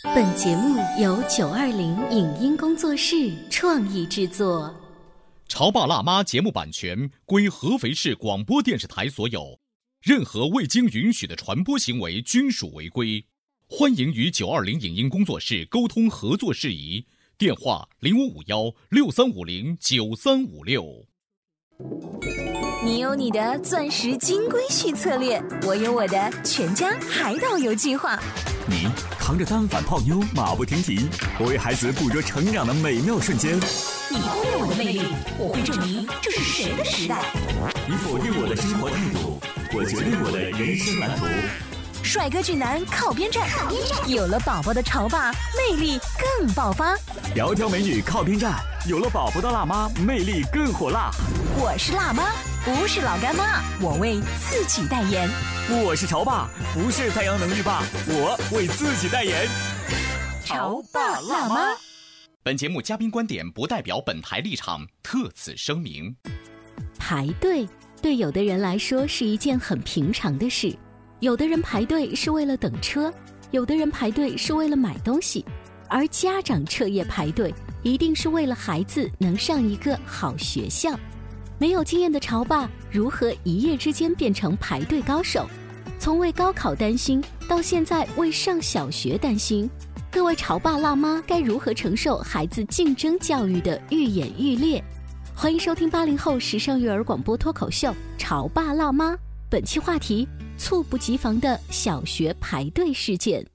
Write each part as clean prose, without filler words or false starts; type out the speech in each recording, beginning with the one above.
本节目由920影音工作室创意制作。 潮爸辣妈节目版权归合肥市广播电视台所有，任何未经允许的传播行为均属违规。欢迎与920影音工作室沟通合作事宜，电话055163509356。 你有你的钻石金龟婿策略，我有我的全家海岛游计划。 你扛着单反泡妞马不停蹄，我为孩子捕捉成长的美妙瞬间。 你忽略我的魅力，我会证明这是谁的时代。 你否定我的生活态度，我决定我的人生蓝图。 帅哥俊男靠边站，有了宝宝的潮爸魅力更爆发。 窈窕美女靠边站，有了宝宝的辣妈魅力更火辣。 我是辣妈，不是老干妈，我为自己代言。 我是潮爸，不是太阳能浴霸，我为自己代言。 潮爸辣妈。 本节目嘉宾观点不代表本台立场，特此声明。 排队对有的人来说是一件很平常的事，有的人排队是为了等车，有的人排队是为了买东西，而家长彻夜排队一定是为了孩子能上一个好学校。没有经验的潮爸如何一夜之间变成排队高手？从为高考担心到现在为上小学担心，各位潮爸辣妈该如何承受孩子竞争教育的愈演愈烈？欢迎收听80后时尚育儿广播脱口秀《潮爸辣妈》，本期话题：猝不及防的小学排队事件。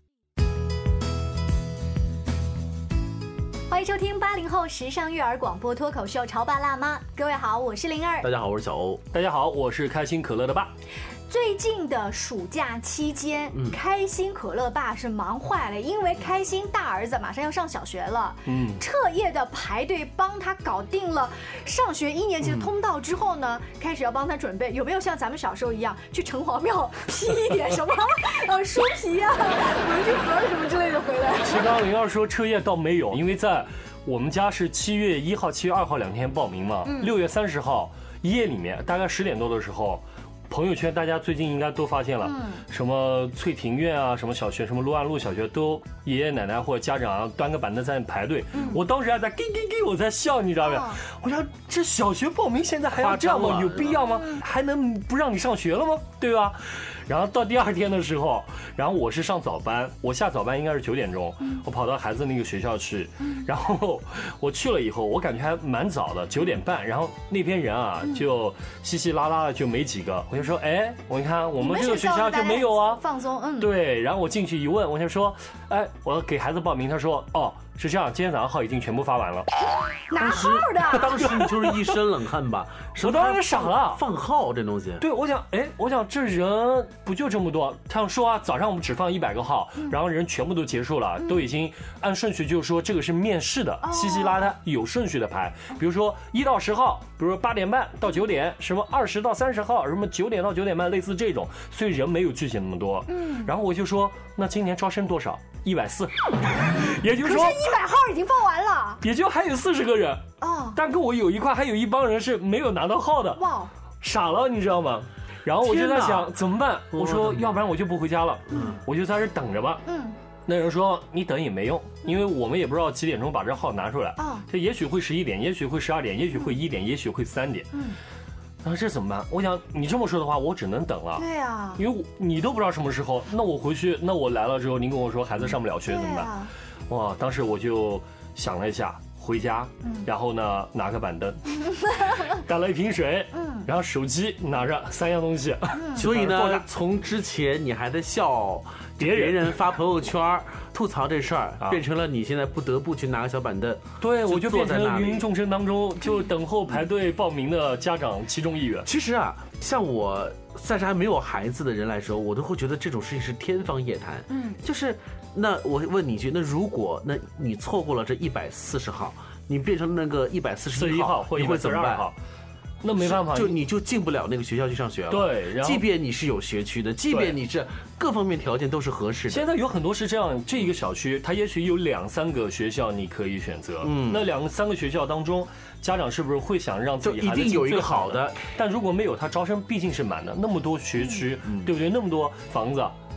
欢迎收听80后时尚育儿广播脱口秀《潮爸辣妈》。各位好，我是灵儿。 大家好，我是小欧。 大家好，我是开心可乐的爸。 最近的暑假期间，开心可乐爸是忙坏了，因为开心大儿子马上要上小学了，彻夜的排队帮他搞定了上学1年级的通道之后呢，开始要帮他准备，有没有像咱们小时候一样去城隍庙批一点什么书皮啊、文具盒什么之类的回来？ 其实刚刚灵儿说彻夜倒没有，因为在我们家是7月1号、7月2号2天报名嘛，6月30号夜里面大概10点多的时候。朋友圈大家最近应该都发现了，什么翠庭院啊，什么小学，什么陆安路小学，都爷爷奶奶或者家长端个板凳在那排队。我当时还在我在笑，你知道没有？我想这小学报名现在还要这样吗？有必要吗？还能不让你上学了吗？对吧？然后到第2天的时候，然后我是上早班，我下早班应该是9点钟，我跑到孩子那个学校去，然后我去了以后，我感觉还蛮早的，9点半，然后那边人啊就稀稀拉拉的就没几个，我就说，哎，我看我们这个学校就没有啊， 放松， 对，然后我进去一问，我就说，哎，我要给孩子报名，他说，哦。是这样，今天早上号已经全部发完了。 拿号的？ 当时你就是一身冷汗吧？ 我当时傻了， 放号这东西。 对，我想这人不就这么多？他说啊，早上我们只放100个号，然后人全部都结束了，都已经按顺序，就是说这个是面试的，稀稀拉拉有顺序的排。比如说1到10号，比如说8点半到9点，什么20到30号，什么9点到9点半，类似这种，所以人没有具体那么多。然后我就说，那今年招生多少？140，也就是说可是100号已经报完了， 也就还有40个人但跟我有一块还有一帮人是没有拿到号的，哇，傻了，你知道吗？然后我就在想怎么办，我说要不然我就不回家了，我就在这等着吧。那人说你等也没用，因为我们也不知道几点钟把这号拿出来这也许会11点，也许会12点，也许会1点，也许会3点。那这怎么办？我想你这么说的话，我只能等了。 对啊， 因为你都不知道什么时候。那我回去，那我来了之后，您跟我说孩子上不了学怎么办？哇，当时我就想了一下，回家，然后呢拿个板凳，带了一瓶水，然后手机拿着3样东西。 所以呢，从之前你还在笑别人发朋友圈吐槽这事儿，变成了你现在不得不去拿个小板凳。 对，我就变成了芸芸众生当中就等候排队报名的家长其中一员。 其实啊，像我暂时还没有孩子的人来说，我都会觉得这种事情是天方夜谭。就是那我问你一句，那如果那你错过了这140号，你变成那个141号或142号。那没办法， 你就进不了那个学校去上学了。 对，然后即便你是有学区的，即便你这各方面条件都是合适的。 现在有很多是这样，这一个小区它也许有2、3个学校你可以选择。那2、3个学校当中，家长是不是会想让自己孩子进最好的？ 一定有一个好的。 但如果没有，它招生毕竟是满的，那么多学区，对不对？那么多房子。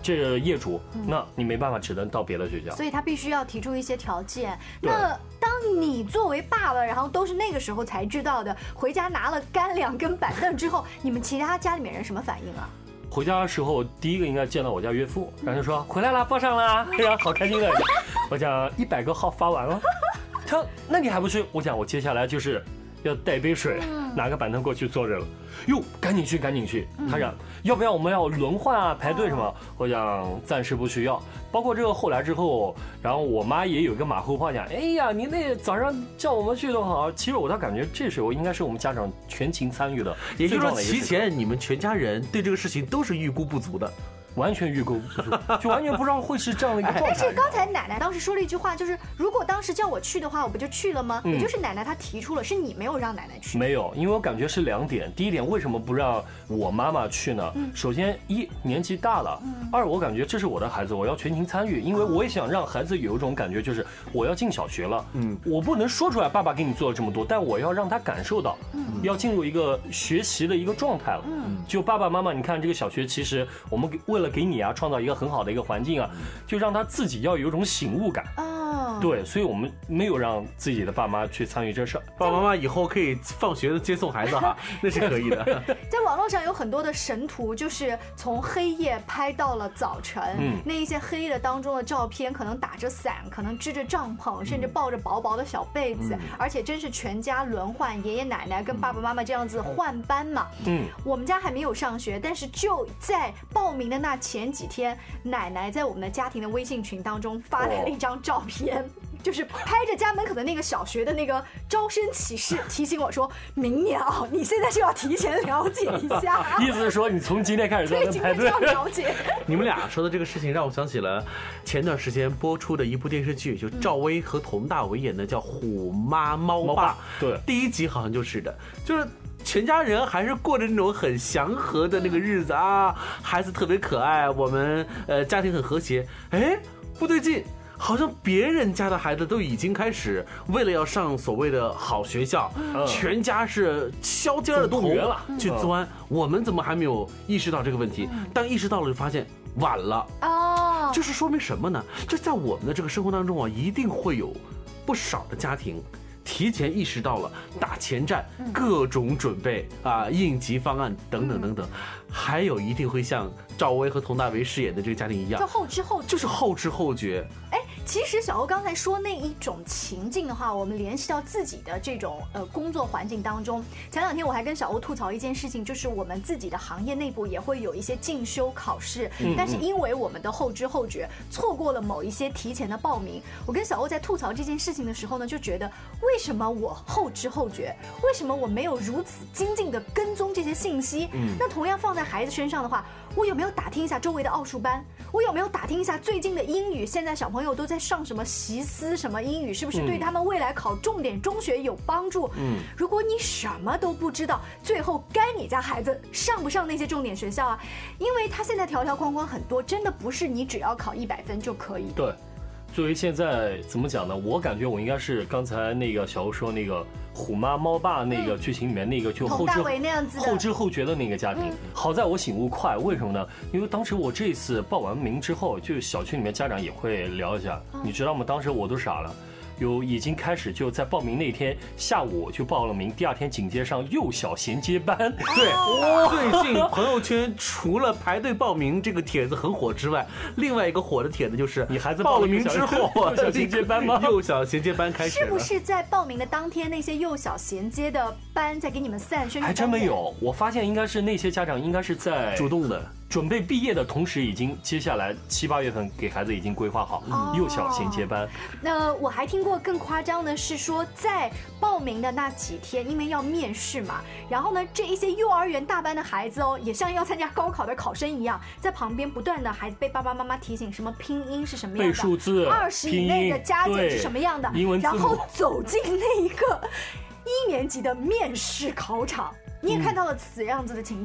这个业主，那你没办法，只能到别的学校。 所以他必须要提出一些条件。那当你作为爸爸，然后都是那个时候才知道的，回家拿了干粮跟板凳之后，你们其他家里面人什么反应啊？ 回家的时候，第一个应该见到我家岳父，然后就说回来啦，报上啦，哎呀，好开心的。我讲100个号发完了，他说那你还不去？我讲我接下来就是要带杯水，拿个板凳过去坐着了。哟，赶紧去，赶紧去！他讲要不要我们要轮换啊，排队什么？我讲暂时不需要。包括这个后来之后，然后我妈也有一个马后炮讲，哎呀，你那早上叫我们去都好。其实我倒感觉这时候应该是我们家长全情参与的， 也就是说提前你们全家人对这个事情都是预估不足的。 完全预估不足，就完全不知道会是这样的一个状态。 但是刚才奶奶当时说了一句话，就是如果当时叫我去的话，我不就去了吗？也就是奶奶她提出了，是你没有让奶奶去。 没有，因为我感觉是2点。第一点，为什么不让我妈妈去呢？首先一年纪大了，2我感觉这是我的孩子，我要全情参与，因为我也想让孩子有一种感觉，就是我要进小学了，我不能说出来爸爸给你做了这么多，但我要让他感受到，要进入一个学习的一个状态了。就爸爸妈妈，你看这个小学，其实我们为了给你啊创造一个很好的一个环境啊，就让他自己要有一种醒悟感。对，所以我们没有让自己的爸妈去参与这事儿。 爸爸妈妈以后可以放学接送孩子哈，那是可以的。 在网络上有很多的神图，就是从黑夜拍到了早晨，那一些黑夜当中的照片，可能打着伞，可能支着帐篷，甚至抱着薄薄的小被子，而且真是全家轮换，爷爷奶奶跟爸爸妈妈这样子换班嘛。我们家还没有上学，但是就在报名的那前几天，奶奶在我们的家庭的微信群当中发来了一张照片。就是拍着家门口的那个小学的那个招生启事，提醒我说，明年啊，你现在就要提前了解一下。 意思是说，你从今天开始就能排队。 要了解。 你们俩说的这个事情，让我想起了前段时间播出的一部电视剧，就赵薇和佟大为演的，叫《虎妈猫爸》。 对， 第1集好像就是的，就是全家人还是过着那种很祥和的那个日子啊，孩子特别可爱，我们家庭很和谐。哎，不对劲。好像别人家的孩子都已经开始为了要上所谓的好学校，全家是削尖的头去钻。我们怎么还没有意识到这个问题？当意识到了，就发现晚了。就是说明什么呢？就在我们的这个生活当中啊，一定会有不少的家庭提前意识到了打前站，各种准备啊，应急方案等等等等，还有一定会像赵薇和佟大为饰演的这个家庭一样， 就后知后觉， 就是后知后觉。 其实小欧刚才说那一种情境的话，我们联系到自己的这种工作环境当中。前2天我还跟小欧吐槽一件事情，就是我们自己的行业内部也会有一些进修考试，但是因为我们的后知后觉，错过了某一些提前的报名。我跟小欧在吐槽这件事情的时候呢，就觉得为什么我后知后觉，为什么我没有如此精进的跟踪这些信息？那同样放在孩子身上的话，我有没有打听一下周围的奥数班？我有没有打听一下最近的英语？现在小朋友都在上什么习思什么英语，是不是对他们未来考重点中学有帮助？如果你什么都不知道，最后该你家孩子上不上那些重点学校啊？因为他现在条条框框很多，真的不是你只要考100分就可以。 对。作为现在怎么讲呢？我感觉我应该是刚才那个小欧说那个虎妈猫爸那个剧情里面那个就后知后觉的那个家庭。好在我醒悟快，为什么呢？因为当时我这次报完名之后，就小区里面家长也会聊一下，你知道吗？当时我都傻了。已经开始就在报名那天下午就报了名，第2天紧接上幼小衔接班。 对，最近朋友圈除了排队报名这个帖子很火之外，另外一个火的帖子就是你孩子报了名之后幼小衔接班吗？ 幼小衔接班开始了。 是不是在报名的当天，那些幼小衔接的班在给你们散宣传？ 还真没有，我发现应该是那些家长应该是在主动的。 准备毕业的同时，已经接下来7、8月份给孩子已经规划好幼小衔接班。 那我还听过更夸张的是说，在报名的那几天，因为要面试嘛，然后呢，这一些幼儿园大班的孩子也像要参加高考的考生一样，在旁边不断的孩子被爸爸妈妈提醒什么拼音是什么样的， 背数字 ，20以内的加减是什么样的， 英文字母， 然后走进那一个1年级的面试考场。你也看到了此样子的情景，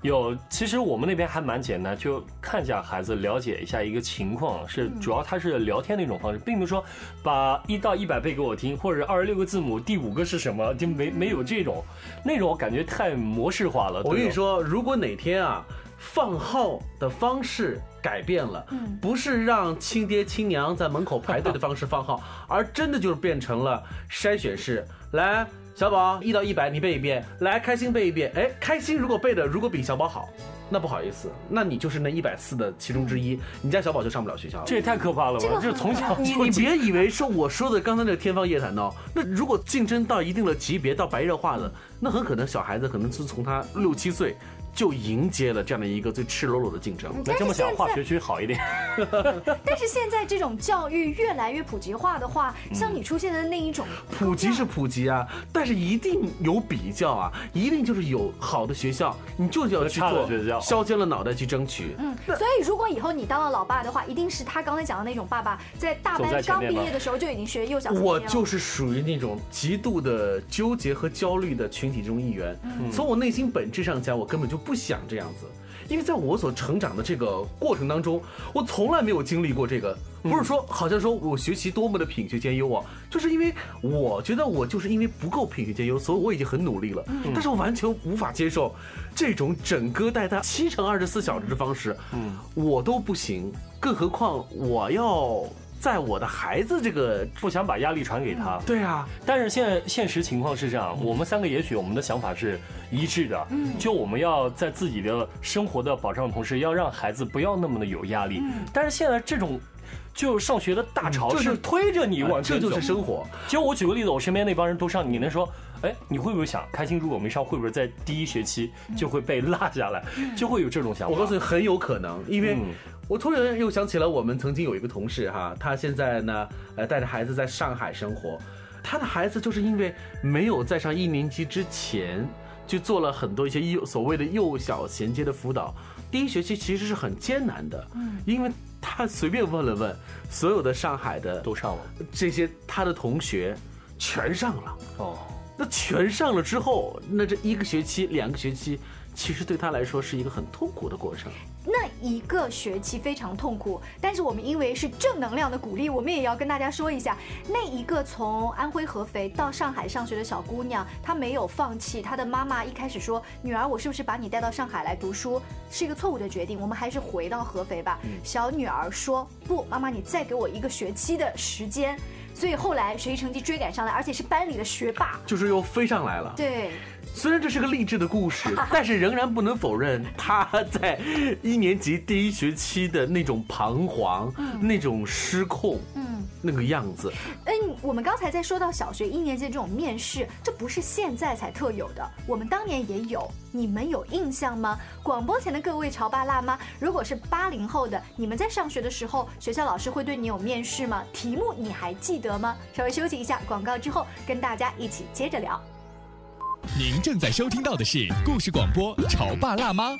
有，其实我们那边还蛮简单，就看一下孩子，了解一下一个情况，是主要他是聊天的一种方式，并不是说把1到100背给我听，或者26个字母第5个是什么，就没有这种，那种感觉太模式化了。 我跟你说，如果哪天啊，放号的方式改变了，不是让亲爹亲娘在门口排队的方式放号，而真的就是变成了筛选式，来。小宝1到100你背一遍，来开心背一遍。哎，开心如果背的如果比小宝好，那不好意思，那你就是那140的其中之一，你家小宝就上不了学校了。 这也太可怕了吧！这从小你别以为说我说的刚才那个天方夜谭哦，那如果竞争到一定的级别，到白热化的，那很可能小孩子可能是从他6、7岁。就迎接了这样的一个最赤裸裸的竞争。 那这么想，化学区好一点。 但是现在这种教育越来越普及化的话，像你出现的那一种， 普及是普及啊，但是一定有比较啊，一定就是有好的学校，你就要去做，削尖了脑袋去争取。 所以如果以后你当了老爸的话，一定是他刚才讲的那种爸爸，在大班刚毕业的时候就已经学幼小。 我就是属于那种极度的纠结和焦虑的群体中一员。从我内心本质上讲，我根本就不想这样子，因为在我所成长的这个过程当中，我从来没有经历过这个。不是说好像说我学习多么的品学兼优啊，就是因为我觉得我就是因为不够品学兼优，所以我已经很努力了，但是我完全无法接受这种整个带他7乘24小时的方式，我都不行，更何况我要在我的孩子这个不想把压力传给他。 对啊， 但是现实情况是这样，我们3个也许我们的想法是一致的，就我们要在自己的生活的保障的同时，要让孩子不要那么的有压力。但是现在这种就上学的大潮是推着你往前走， 这就是生活。 就我举个例子，我身边那帮人都上，你能说，哎，你会不会想，开心如果没上，会不会在第1学期就会被落下来，就会有这种想法？ 我告诉你，很有可能，因为我突然又想起了我们曾经有一个同事哈，他现在呢，带着孩子在上海生活，他的孩子就是因为没有在上1年级之前就做了很多一些所谓的幼小衔接的辅导，第1学期其实是很艰难的，因为他随便问了问，所有的上海的都上了， 这些他的同学全上了。哦，那全上了之后，那这1个学期、2个学期，其实对他来说是一个很痛苦的过程。 那1个学期非常痛苦，但是我们因为是正能量的鼓励，我们也要跟大家说一下，那一个从安徽合肥到上海上学的小姑娘，她没有放弃。她的妈妈一开始说：“女儿，我是不是把你带到上海来读书是一个错误的决定？我们还是回到合肥吧。”小女儿说：“不，妈妈，你再给我1个学期的时间。”所以后来学习成绩追赶上来，而且是班里的学霸， 就是又飞上来了。 对。 虽然这是个励志的故事，但是仍然不能否认他在1年级第1学期的那种彷徨、那种失控，那个样子。 我们刚才在说到小学1年级的这种面试，这不是现在才特有的，我们当年也有，你们有印象吗？广播前的各位潮爸辣妈，如果是80后的，你们在上学的时候，学校老师会对你有面试吗？题目你还记得吗？稍微休息一下，广告之后跟大家一起接着聊。 您正在收听到的是故事广播《潮爸辣妈》。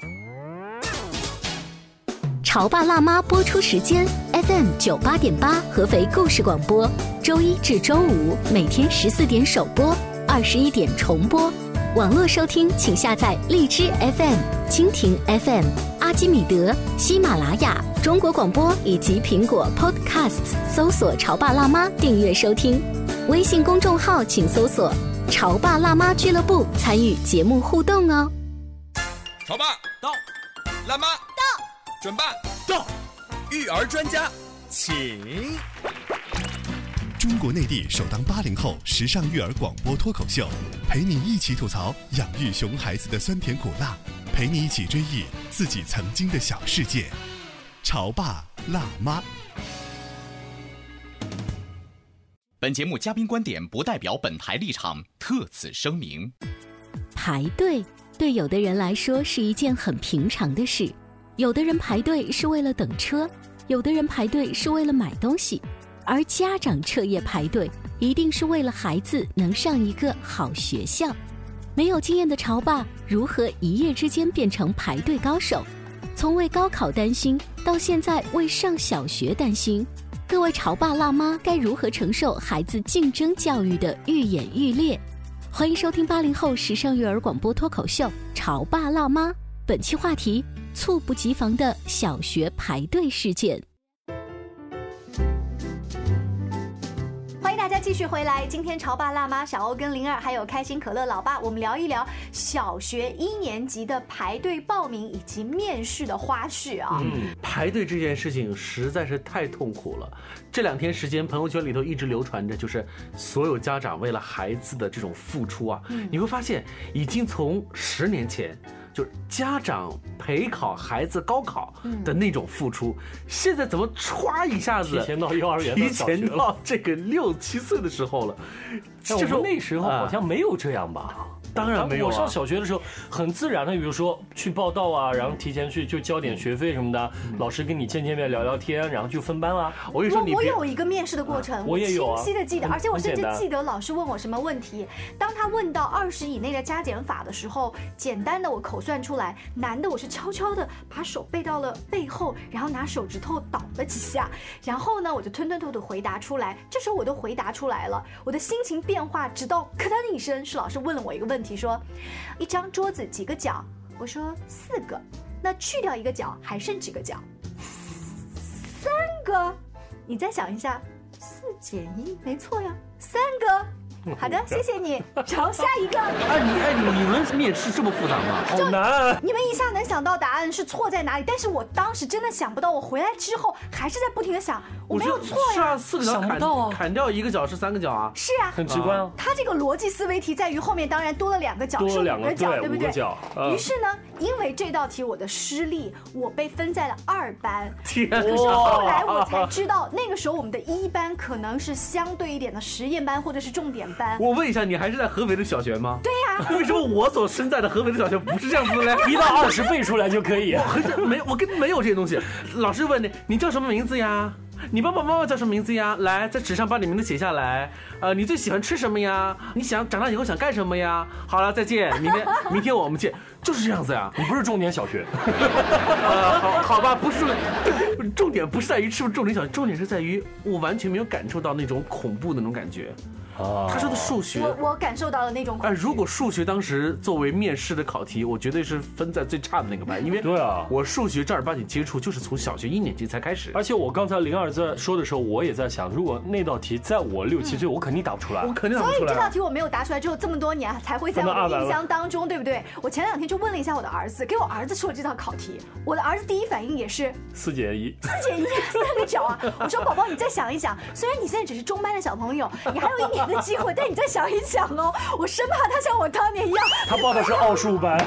潮爸辣妈播出时间 FM 98.8合肥故事广播，周1至周5每天14点首播，21点重播。网络收听请下载荔枝 FM、蜻蜓 FM、阿基米德、喜马拉雅、中国广播以及苹果 Podcasts， 搜索潮爸辣妈订阅收听。微信公众号请搜索潮爸辣妈俱乐部，参与节目互动哦。 潮爸到，辣妈到，准爸到，育儿专家请。 中国内地首档80后时尚育儿广播脱口秀，陪你一起吐槽养育熊孩子的酸甜苦辣，陪你一起追忆自己曾经的小世界。潮爸辣妈。 本节目嘉宾观点不代表本台立场，特此声明。 排队对有的人来说是一件很平常的事，有的人排队是为了等车，有的人排队是为了买东西，而家长彻夜排队一定是为了孩子能上一个好学校。没有经验的潮爸如何一夜之间变成排队高手？从为高考担心到现在为上小学担心，各位潮爸辣妈该如何承受孩子竞争教育的愈演愈烈？欢迎收听80后时尚育儿广播脱口秀《潮爸辣妈》， 本期话题：猝不及防的小学排队事件。 欢迎大家继续回来，今天潮爸辣妈小欧跟灵儿还有开心可乐老爸，我们聊一聊小学1年级的排队报名以及面试的花絮啊。 排队这件事情实在是太痛苦了。这2天时间，朋友圈里头一直流传着，就是所有家长为了孩子的这种付出啊，你会发现已经从10年前。就是家长陪考孩子高考的那种付出，现在怎么歘一下子提前到幼儿园， 提前到这个6、7岁的时候了？ 就是那时候好像没有这样吧？ 当然没有、啊。 我上小学的时候很自然的，比如说去报到啊，然后提前去就交点学费什么的，老师跟你见面聊聊天，然后就分班了。 我跟你说， 我有一个面试的过程， 我也有清晰的记得，而且我甚至记得老师问我什么问题。当他问到20以内的加减法的时候，简单的我口算出来，难的我是悄悄的把手背到了背后，然后拿手指头倒了几下，然后呢我就吞吞吐吐回答出来。这时候我都回答出来了，我的心情变化直到咔嗒一声，是老师问了我一个问题，说一张桌子几个角？我说4个。那去掉一个角还剩几个角？3个。你再想一下，4减1，没错呀，3个。好的，谢谢你。然后下一个。 你们面试这么复杂吗？ 好难。 你们一下能想到答案是错在哪里，但是我当时真的想不到。我回来之后还是在不停的想，我没有错呀。 是啊，4个角想不到啊， 砍掉1个角是3个角啊。 是啊， 很直观啊。 他这个逻辑思维题在于后面当然多了2个角， 多了2个角，对不对？于是呢，因为这道题我的失利，我被分在了2班。 天， 可是后来我才知道，那个时候我们的1班可能是相对一点的实验班或者是重点班。 我问一下，你还是在合肥的小学吗？ 对呀。 为什么我所身在的合肥的小学不是这样子的呢 ？1到20背出来就可以。 我根本没有这些东西。老师问你叫什么名字呀？你爸爸妈妈叫什么名字呀？来，在纸上把你名字写下来。你最喜欢吃什么呀？你想长大以后想干什么呀？好了，再见，明天我们见。就是这样子呀。 你不是重点小学。 好吧，不是，重点不是在于是不是重点小学，重点是在于我完全没有感受到那种恐怖的那种感觉。他说的数学， 我感受到了那种恐惧。 如果数学当时作为面试的考题，我绝对是分在最差的那个班，因为对啊， 我数学正儿八经接触就是从小学1年级才开始。 而且我刚才灵儿在说的时候，我也在想，如果那道题在我6、7岁，我肯定答不出来。 我肯定答不出来。 所以这道题我没有答出来之后，这么多年才会在我的印象当中，对不对？我前2天就问了一下我的儿子，给我儿子出了这道考题，我的儿子第一反应也是 4减1 ，4减1，3个角啊！我说宝宝，你再想一想，虽然你现在只是中班的小朋友，你还有1年的机会，但你再想一想哦，我生怕他像我当年一样。 他报的是奥数班。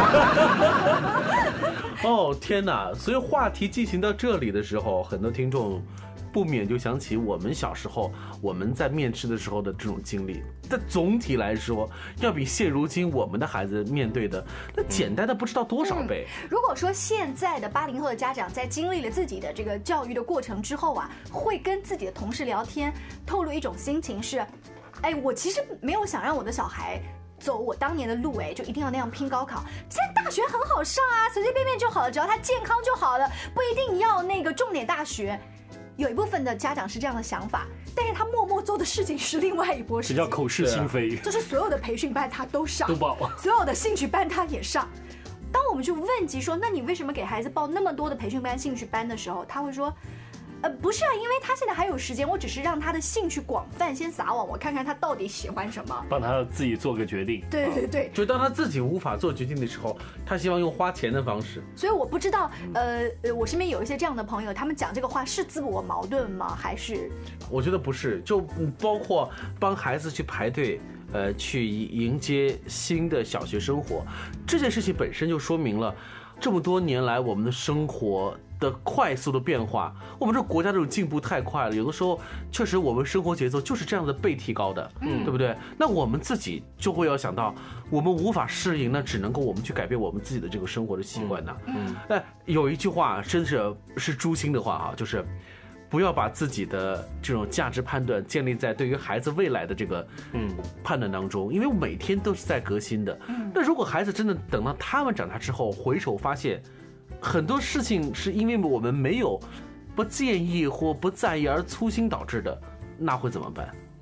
哦天哪！所以话题进行到这里的时候，很多听众不免就想起我们小时候我们在面试的时候的这种经历。但总体来说，要比现如今我们的孩子面对的那简单的不知道多少倍。 如果说现在的80后的家长在经历了自己的这个教育的过程之后啊，会跟自己的同事聊天，透露一种心情是，我其实没有想让我的小孩走我当年的路，就一定要那样拼高考。现在大学很好上啊，随随便便就好了，只要他健康就好了，不一定要那个重点大学。有一部分的家长是这样的想法，但是他默默做的事情是另外一波事情， 这叫口是心非。 就是所有的培训班他都上， 都报， 所有的兴趣班他也上。当我们去问及说，那你为什么给孩子报那么多的培训班、兴趣班的时候，他会说，不是啊，因为他现在还有时间，我只是让他的兴趣广泛先撒网，我看看他到底喜欢什么， 帮他自己做个决定。 对对对， 就当他自己无法做决定的时候，他希望用花钱的方式。 所以我不知道，我身边有一些这样的朋友，他们讲这个话是自我矛盾吗？还是？ 我觉得不是，就包括帮孩子去排队。去迎接新的小学生活，这件事情本身就说明了，这么多年来我们的生活的快速的变化，我们这国家这种进步太快了，有的时候确实我们生活节奏就是这样的被提高的，对不对？那我们自己就会要想到，我们无法适应，那只能够我们去改变我们自己的这个生活的习惯呢。有一句话真是诛心的话啊，就是不要把自己的这种价值判断建立在对于孩子未来的这个判断当中，因为每天都是在革新的。那如果孩子真的等到他们长大之后回首发现很多事情是因为我们没有不建议或不在意而粗心导致的，那会怎么办？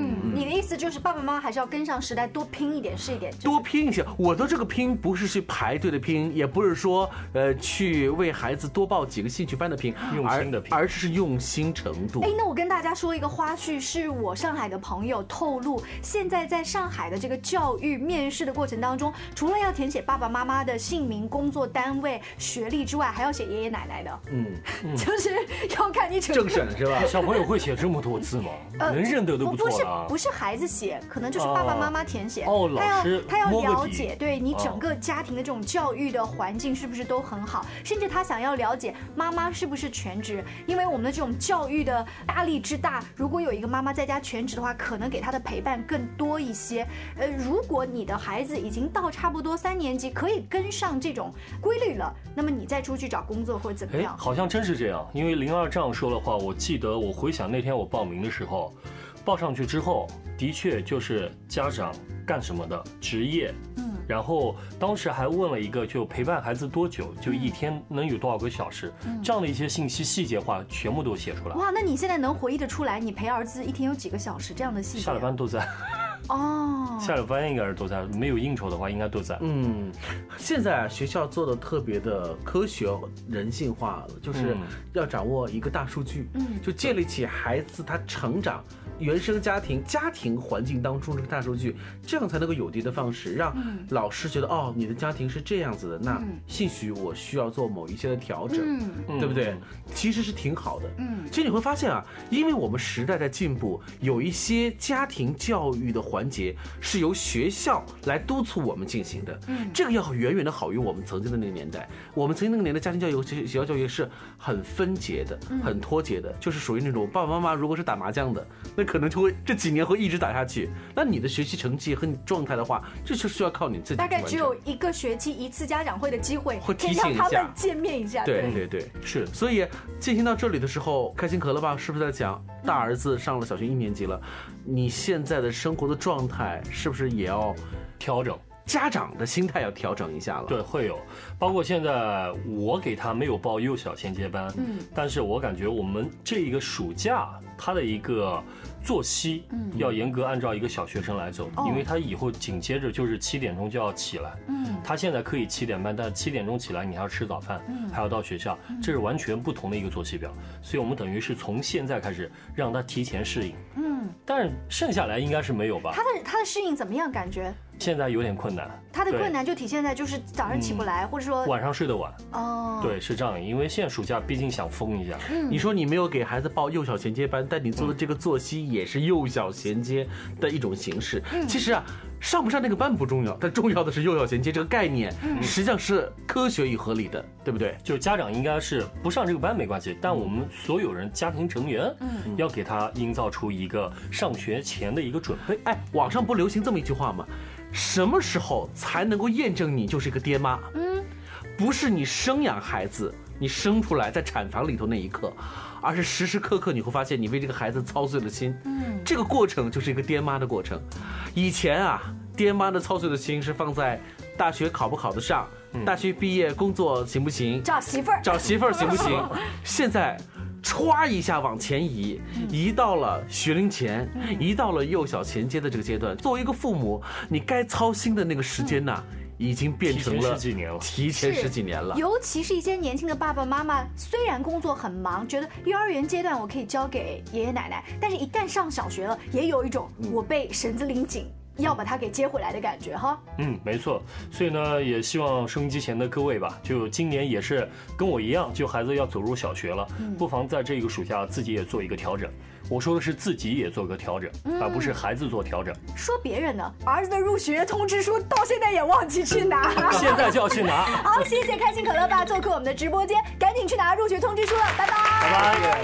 你的意思就是爸爸妈妈还是要跟上时代，多拼一点是一点， 多拼一些。我的这个拼不是去排队的拼，也不是说去为孩子多报几个兴趣班的拼， 用心的拼， 而是用心程度。 那我跟大家说一个花絮，是我上海的朋友透露，现在在上海的这个教育面试的过程当中，除了要填写爸爸妈妈的姓名、工作单位、学历之外，还要写爷爷奶奶的。就是要看你政审是吧？ 小朋友会写这么多字吗？能认得都不错了。 不是孩子写，可能就是爸爸妈妈填写。 老师他要了解对你整个家庭的这种教育的环境是不是都很好，甚至他想要了解妈妈是不是全职，因为我们的这种教育的压力之大，如果有一个妈妈在家全职的话，可能给他的陪伴更多一些。如果你的孩子已经到差不多3年级，可以跟上这种规律了，那么你再出去找工作或者怎么样？ 好像真是这样。因为02这样说的话，我记得我回想那天我报名的时候，报上去之后，的确就是家长干什么的职业，然后当时还问了一个，就陪伴孩子多久，就一天能有多少个小时，这样的一些信息细节化全部都写出来。 哇，那你现在能回忆得出来，你陪儿子一天有几个小时这样的细节？ 下了班都在。下了班应该是都在，没有应酬的话应该都在。 现在学校做的特别的科学人性化了，就是要掌握一个大数据，就建立起孩子他成长原生家庭环境当中这个大数据，这样才能够有的放矢，让老师觉得你的家庭是这样子的，那兴许我需要做某一些的调整，对不对？其实是挺好的。其实你会发现啊，因为我们时代在进步，有一些家庭教育的环节是由学校来督促我们进行的，这个要远远的好于我们曾经的那个年代。我们曾经那个年代家庭教育、学校教育是很分节的、很脱节的，就是属于那种爸爸妈妈如果是打麻将的，那可能就会这几年会一直打下去。那你的学习成绩和你状态的话，这就是要靠你自己。 大概只有1个学期1次家长会的机会， 会提醒一下， 让他们见面一下。 对，是。所以进行到这里的时候，开心可乐爸是不是在讲大儿子上了小学1年级了？你现在的生活的状态是不是也要调整？ 家长的心态要调整一下了。 对，会有。包括现在我给他没有报幼小衔接班，但是我感觉我们这一个暑假他的一个作息要严格按照一个小学生来走，因为他以后紧接着就是7点钟就要起来。他现在可以7点半，但7点钟起来你还要吃早饭，还要到学校，这是完全不同的一个作息表。所以我们等于是从现在开始让他提前适应。但是剩下来应该是没有吧？ 他的适应怎么样？感觉现在有点困难。 他的困难就体现在就是早上起不来，或者说晚上睡得晚。对，是这样。因为现在暑假毕竟想疯一下。 你说你没有给孩子报幼小衔接班，但你做的这个作息也是幼小衔接的一种形式。其实啊，上不上那个班不重要，但重要的是幼小衔接这个概念，实际上是科学与合理的，对不对？ 就家长应该是不上这个班没关系，但我们所有人家庭成员，要给他营造出一个上学前的一个准备。 网上不流行这么一句话吗？什么时候才能够验证你就是一个爹妈？不是你生养孩子，你生出来在产房里头那一刻，而是时时刻刻你会发现你为这个孩子操碎了心。这个过程就是一个爹妈的过程。以前啊，爹妈的操碎的心是放在大学考不考得上，大学毕业工作行不行， 找媳妇儿行不行？现在歘一下往前移到了学龄前，移到了幼小衔接的这个阶段。作为一个父母，你该操心的那个时间呢，已经变成了提前十几年了。 尤其是一些年轻的爸爸妈妈，虽然工作很忙，觉得幼儿园阶段我可以交给爷爷奶奶，但是一旦上小学了，也有一种我被绳子拎紧，要把他给接回来的感觉哈。 没错。所以呢，也希望收音机前的各位吧，就今年也是跟我一样，就孩子要走入小学了，不妨在这个暑假自己也做一个调整。我说的是自己也做个调整，而不是孩子做调整。 说别人呢，儿子的入学通知书到现在也忘记去拿， 现在就要去拿。 好，谢谢开心可乐爸做客我们的直播间，赶紧去拿入学通知书了，拜拜。 拜拜。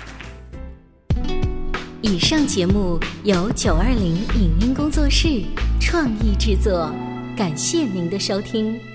以上节目由920影音工作室创意制作，感谢您的收听。